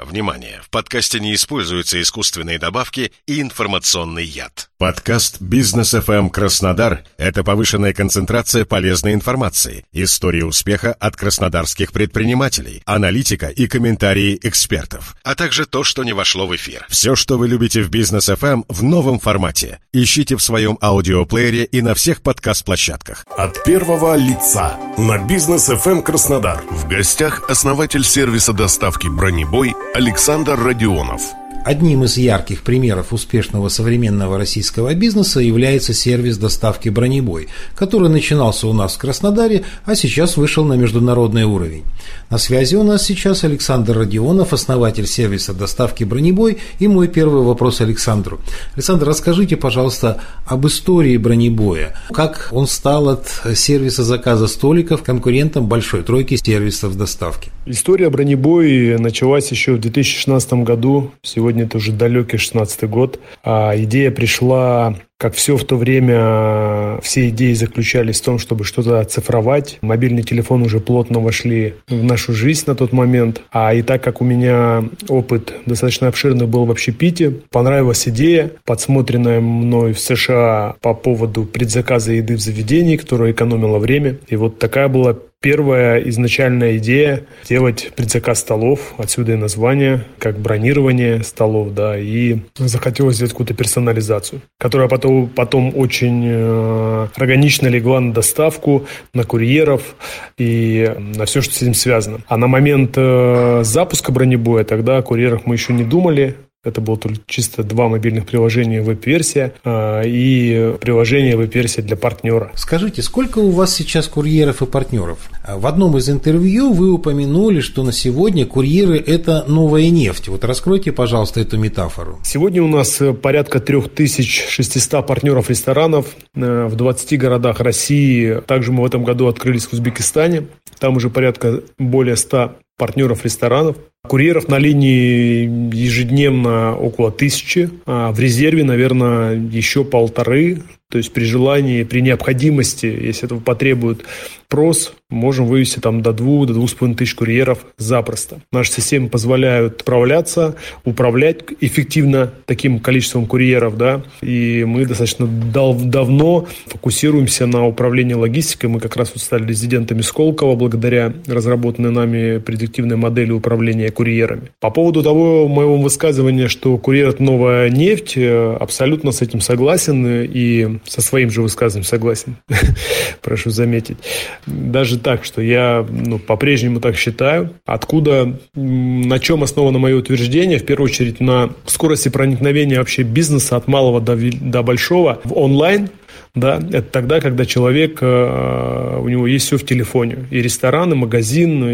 Внимание! В подкасте не используются искусственные добавки и информационный яд. Подкаст «Бизнес FM Краснодар» — это повышенная концентрация полезной информации, истории успеха от краснодарских предпринимателей, аналитика и комментарии экспертов, А также то, что не вошло в эфир. Все, что вы любите в «Бизнес FM» в новом формате. Ищите в своем аудиоплеере и на всех подкаст-площадках. От первого лица на «Бизнес FM Краснодар». В гостях основатель сервиса доставки «Бронебой» Александр Родионов. Одним из ярких примеров успешного современного российского бизнеса является сервис доставки «Бронебой», который начинался у нас в Краснодаре, а сейчас вышел на международный уровень. На связи у нас сейчас Александр Родионов, основатель сервиса доставки «Бронебой», и мой первый вопрос Александру. Александр, расскажите, пожалуйста, об истории «Бронебоя». Как он стал от сервиса заказа столиков конкурентом большой тройки сервисов доставки? История «Бронебой» началась еще в 2016 году. Сегодня это уже далекий 2016 год. А идея пришла, как все в то время, все идеи заключались в том, чтобы что-то оцифровать. Мобильный телефон уже плотно вошли в нашу жизнь на тот момент. И так как у меня опыт достаточно обширный был в общепите, понравилась идея, подсмотренная мной в США по поводу предзаказа еды в заведении, которая экономила время. И вот такая была первая изначальная идея делать предзаказ столов, отсюда и название, как бронирование столов, да, и захотелось сделать какую-то персонализацию, которая потом очень органично легла на доставку, на курьеров и на все, что с этим связано. А на момент запуска «Бронебоя» тогда о курьерах мы еще не думали. Это было только чисто 2 мобильных приложения, веб-версия и приложение веб-версия для партнера. Скажите, сколько у вас сейчас курьеров и партнеров? В одном из интервью вы упомянули, что на сегодня курьеры – это новая нефть. Вот раскройте, пожалуйста, эту метафору. Сегодня у нас порядка 3600 партнеров ресторанов в 20 городах России. Также мы в этом году открылись в Узбекистане. Там уже порядка более 100 партнеров ресторанов. Курьеров на линии ежедневно около 1000, а в резерве, наверное, еще 1500. То есть при желании, при необходимости, если этого потребует прос, можем вывести там до 2500 курьеров запросто. Наши системы позволяют справляться, управлять эффективно таким количеством курьеров, да, и мы достаточно давно фокусируемся на управлении логистикой. Мы как раз вот стали резидентами Сколково благодаря разработанной нами предиктивной модели управления курьерами. По поводу того моего высказывания, что курьер – это новая нефть, абсолютно с этим согласен и со своим же высказыванием согласен, прошу заметить. Даже так, что я по-прежнему так считаю. Откуда, на чем основано мое утверждение? В первую очередь на скорости проникновения вообще бизнеса от малого до большого в онлайн. Да, это тогда, когда человек, у него есть все в телефоне. И ресторан, и магазин,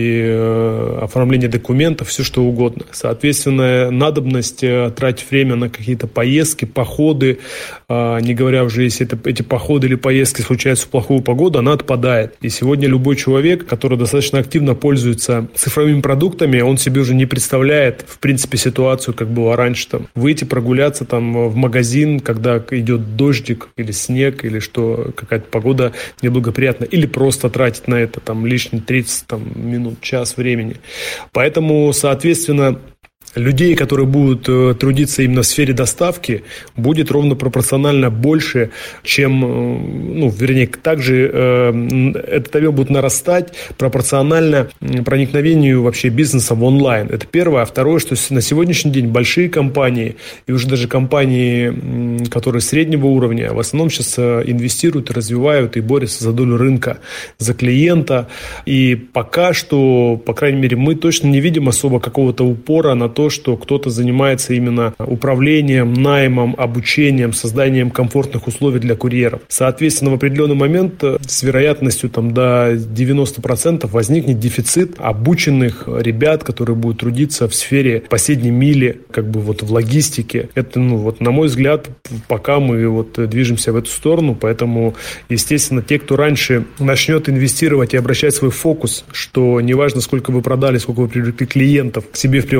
и оформление документов, все что угодно. Соответственно, надобность тратить время на какие-то поездки, походы, не говоря уже, если эти походы или поездки случаются в плохую погоду, она отпадает. И сегодня любой человек, который достаточно активно пользуется цифровыми продуктами, он себе уже не представляет, в принципе, ситуацию, как было раньше. Там, выйти прогуляться там, в магазин, когда идет дождик или снег, или что какая-то погода неблагоприятная, или просто тратить на это там лишние 30 минут, час времени. Поэтому, соответственно, людей, которые будут трудиться именно в сфере доставки, будет ровно пропорционально больше, чем, также этот объем будет нарастать пропорционально проникновению вообще бизнеса в онлайн. Это первое. А второе, что на сегодняшний день большие компании и уже даже компании, которые среднего уровня, в основном сейчас инвестируют, развивают и борются за долю рынка, за клиента. И пока что, по крайней мере, мы точно не видим особо какого-то упора на то, что кто-то занимается именно управлением, наймом, обучением, созданием комфортных условий для курьеров. Соответственно, в определенный момент с вероятностью до 90% возникнет дефицит обученных ребят, которые будут трудиться в сфере последней мили, в логистике. Это, на мой взгляд, пока мы движемся в эту сторону, поэтому, естественно, те, кто раньше начнет инвестировать и обращать свой фокус, что неважно, сколько вы продали, сколько вы привлекли клиентов к себе в приложение,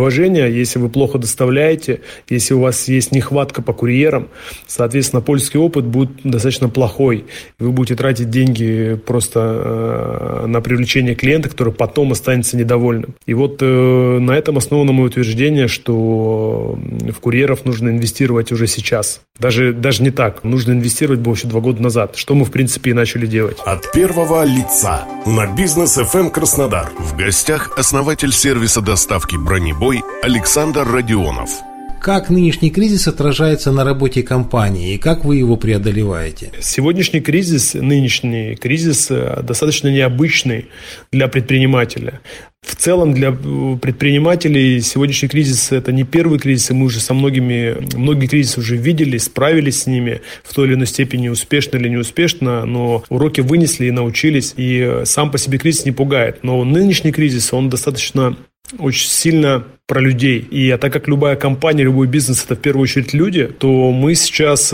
если вы плохо доставляете, если у вас есть нехватка по курьерам, соответственно, польский опыт будет достаточно плохой. Вы будете тратить деньги просто на привлечение клиента, который потом останется недовольным. И вот на этом основано мое утверждение, что в курьеров нужно инвестировать уже сейчас. Даже не так. Нужно инвестировать было еще 2 года назад, что мы, в принципе, и начали делать. От первого лица на Бизнес ФМ Краснодар. В гостях основатель сервиса доставки «Бронебой» Александр Родионов. Как нынешний кризис отражается на работе компании и как вы его преодолеваете? Нынешний кризис достаточно необычный для предпринимателя. В целом для предпринимателей сегодняшний кризис – это не первый кризис, и мы уже многие кризисы уже видели, справились с ними в той или иной степени, успешно или неуспешно, но уроки вынесли и научились, и сам по себе кризис не пугает. Но нынешний кризис, он достаточно очень сильно про людей. И так как любая компания, любой бизнес – это в первую очередь люди, то мы сейчас,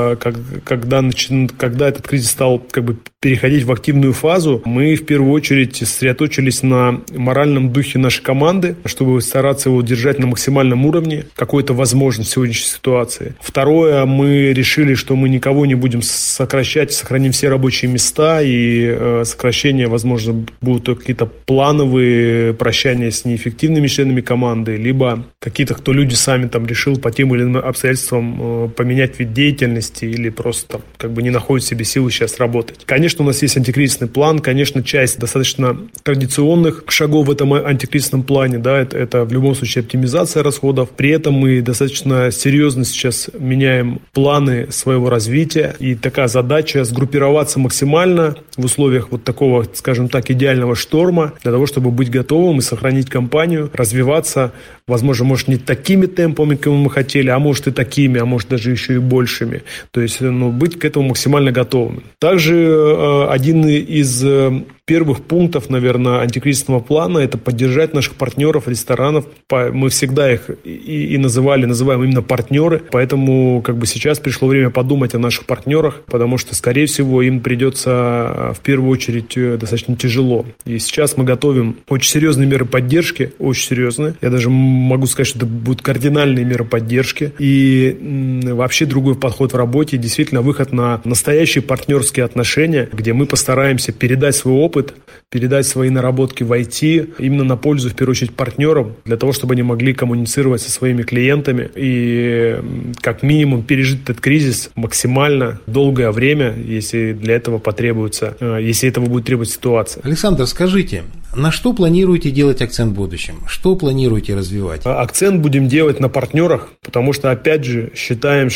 когда этот кризис стал переходить в активную фазу, мы в первую очередь сосредоточились на моральном духе нашей команды, чтобы стараться его держать на максимальном уровне, какой-то возможность в сегодняшней ситуации. Второе, мы решили, что мы никого не будем сокращать, сохраним все рабочие места, и сокращения, возможно, будут какие-то плановые прощания с неэффективными членами команды, либо какие-то, кто люди сами там решил по тем или иным обстоятельствам поменять вид деятельности или просто не находят в себе силы сейчас работать. Конечно, у нас есть антикризисный план, конечно, часть достаточно традиционных шагов в этом антикризисном плане, да, это в любом случае оптимизация расходов. При этом мы достаточно серьезно сейчас меняем планы своего развития, и такая задача сгруппироваться максимально в условиях вот такого, скажем так, идеального шторма, для того, чтобы быть готовым и сохранить компанию, развиваться, возможно, может, не такими темпами, как мы хотели, а может и такими, а может даже еще и большими. То есть, быть к этому максимально готовым. Также один из первых пунктов, наверное, антикризисного плана – это поддержать наших партнеров, ресторанов. Мы всегда их и называем именно партнеры, поэтому сейчас пришло время подумать о наших партнерах, потому что, скорее всего, им придется в первую очередь достаточно тяжело. И сейчас мы готовим очень серьезные меры поддержки, очень серьезные. Я даже могу сказать, что это будут кардинальные меры поддержки и вообще другой подход в работе, действительно выход на настоящие партнерские отношения, где мы постараемся передать свой опыт, передать свои наработки в IT именно на пользу, в первую очередь, партнерам, для того, чтобы они могли коммуницировать со своими клиентами и как минимум пережить этот кризис максимально долгое время, если для этого потребуется, если этого будет требовать ситуация. Александр, скажите, на что планируете делать акцент в будущем? Что планируете развивать? Акцент будем делать на партнерах, потому что, опять же, считаем,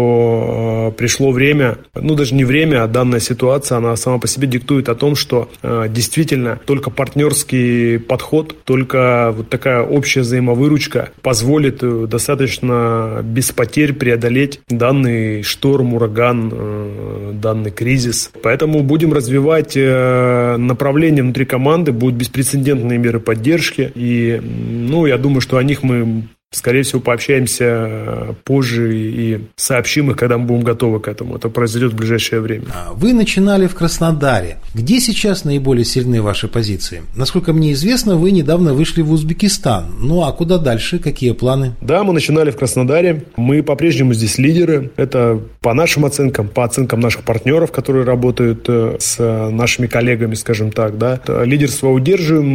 что пришло время, даже не время, а данная ситуация, она сама по себе диктует о том, что действительно только партнерский подход, только вот такая общая взаимовыручка позволит достаточно без потерь преодолеть данный шторм, ураган, данный кризис. Поэтому будем развивать направления внутри команды, будут беспрецедентные меры поддержки. И, я думаю, что о них мы, скорее всего, пообщаемся позже и сообщим их, когда мы будем готовы к этому. Это произойдет в ближайшее время. Вы начинали в Краснодаре. Где сейчас наиболее сильны ваши позиции? Насколько мне известно, вы недавно вышли в Узбекистан. А куда дальше? Какие планы? Да, мы начинали в Краснодаре. Мы по-прежнему здесь лидеры. Это по нашим оценкам, по оценкам наших партнеров, которые работают с нашими коллегами, скажем так. Да. Лидерство удерживаем,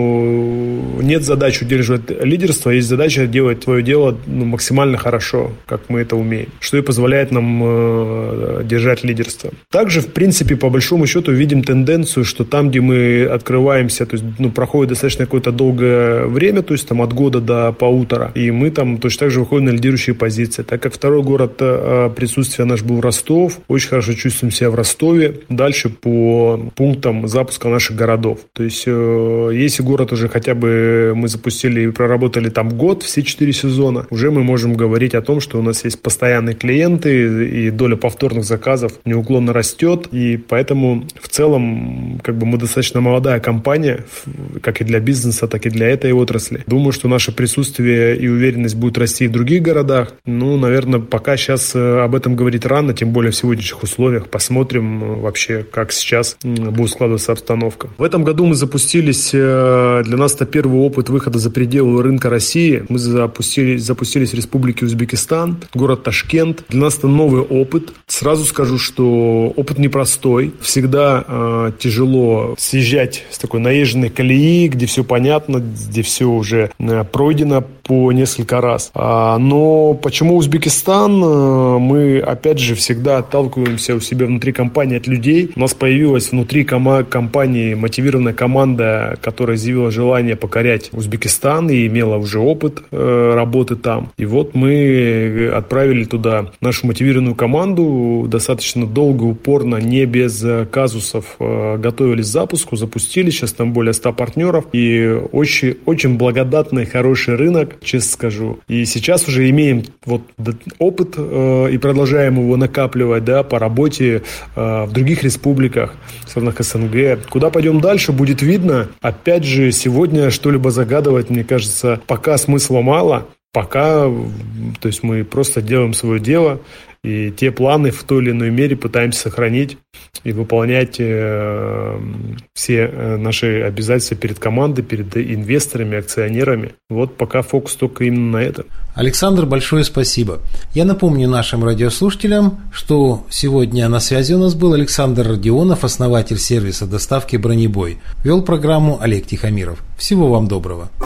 но нет задачи удерживать лидерство, есть задача делать свое дело максимально хорошо, как мы это умеем, что и позволяет нам держать лидерство. Также, в принципе, по большому счету видим тенденцию, что там, где мы открываемся, то есть проходит достаточно какое-то долгое время, то есть от года до полутора, и мы там точно так же выходим на лидирующие позиции. Так как второй город присутствия наш был Ростов, очень хорошо чувствуем себя в Ростове. Дальше по пунктам запуска наших городов. То есть, если город уже хотя бы мы запустили и проработали там год, все 4 сезона, уже мы можем говорить о том, что у нас есть постоянные клиенты, и доля повторных заказов неуклонно растет, и поэтому в целом мы достаточно молодая компания, как и для бизнеса, так и для этой отрасли. Думаю, что наше присутствие и уверенность будет расти и в других городах. Наверное, пока сейчас об этом говорить рано, тем более в сегодняшних условиях. Посмотрим вообще, как сейчас будет складываться обстановка. В этом году мы запустились, для нас это первый опыт выхода за пределы рынка России. Мы запустились в Республике Узбекистан, город Ташкент. Для нас это новый опыт. Сразу скажу, что опыт непростой. Всегда тяжело съезжать с такой наезженной колеи, где все понятно, где все уже пройдено по несколько раз. Но почему Узбекистан? Мы, опять же, всегда отталкиваемся у себя внутри компании от людей. У нас появилась внутри компании мотивированная команда, которая изъявила желание покорять Узбекистан и имела уже опыт работы там. И вот мы отправили туда нашу мотивированную команду, достаточно долго, упорно, не без казусов готовились к запуску, запустили. Сейчас там более 100 партнеров. И очень, очень благодатный, хороший рынок, честно скажу. И сейчас уже имеем вот опыт и продолжаем его накапливать, да, по работе в других республиках, в странах СНГ. Куда пойдем дальше, будет видно. Опять же, сегодня что-либо загадывать, мне кажется, пока смысла мало. Пока, то есть мы просто делаем свое дело, и те планы в той или иной мере пытаемся сохранить и выполнять все наши обязательства перед командой, перед инвесторами, акционерами. Вот пока фокус только именно на этом. Александр, большое спасибо. Я напомню нашим радиослушателям, что сегодня на связи у нас был Александр Родионов, основатель сервиса доставки «Бронебой». Вел программу Олег Тихомиров. Всего вам доброго.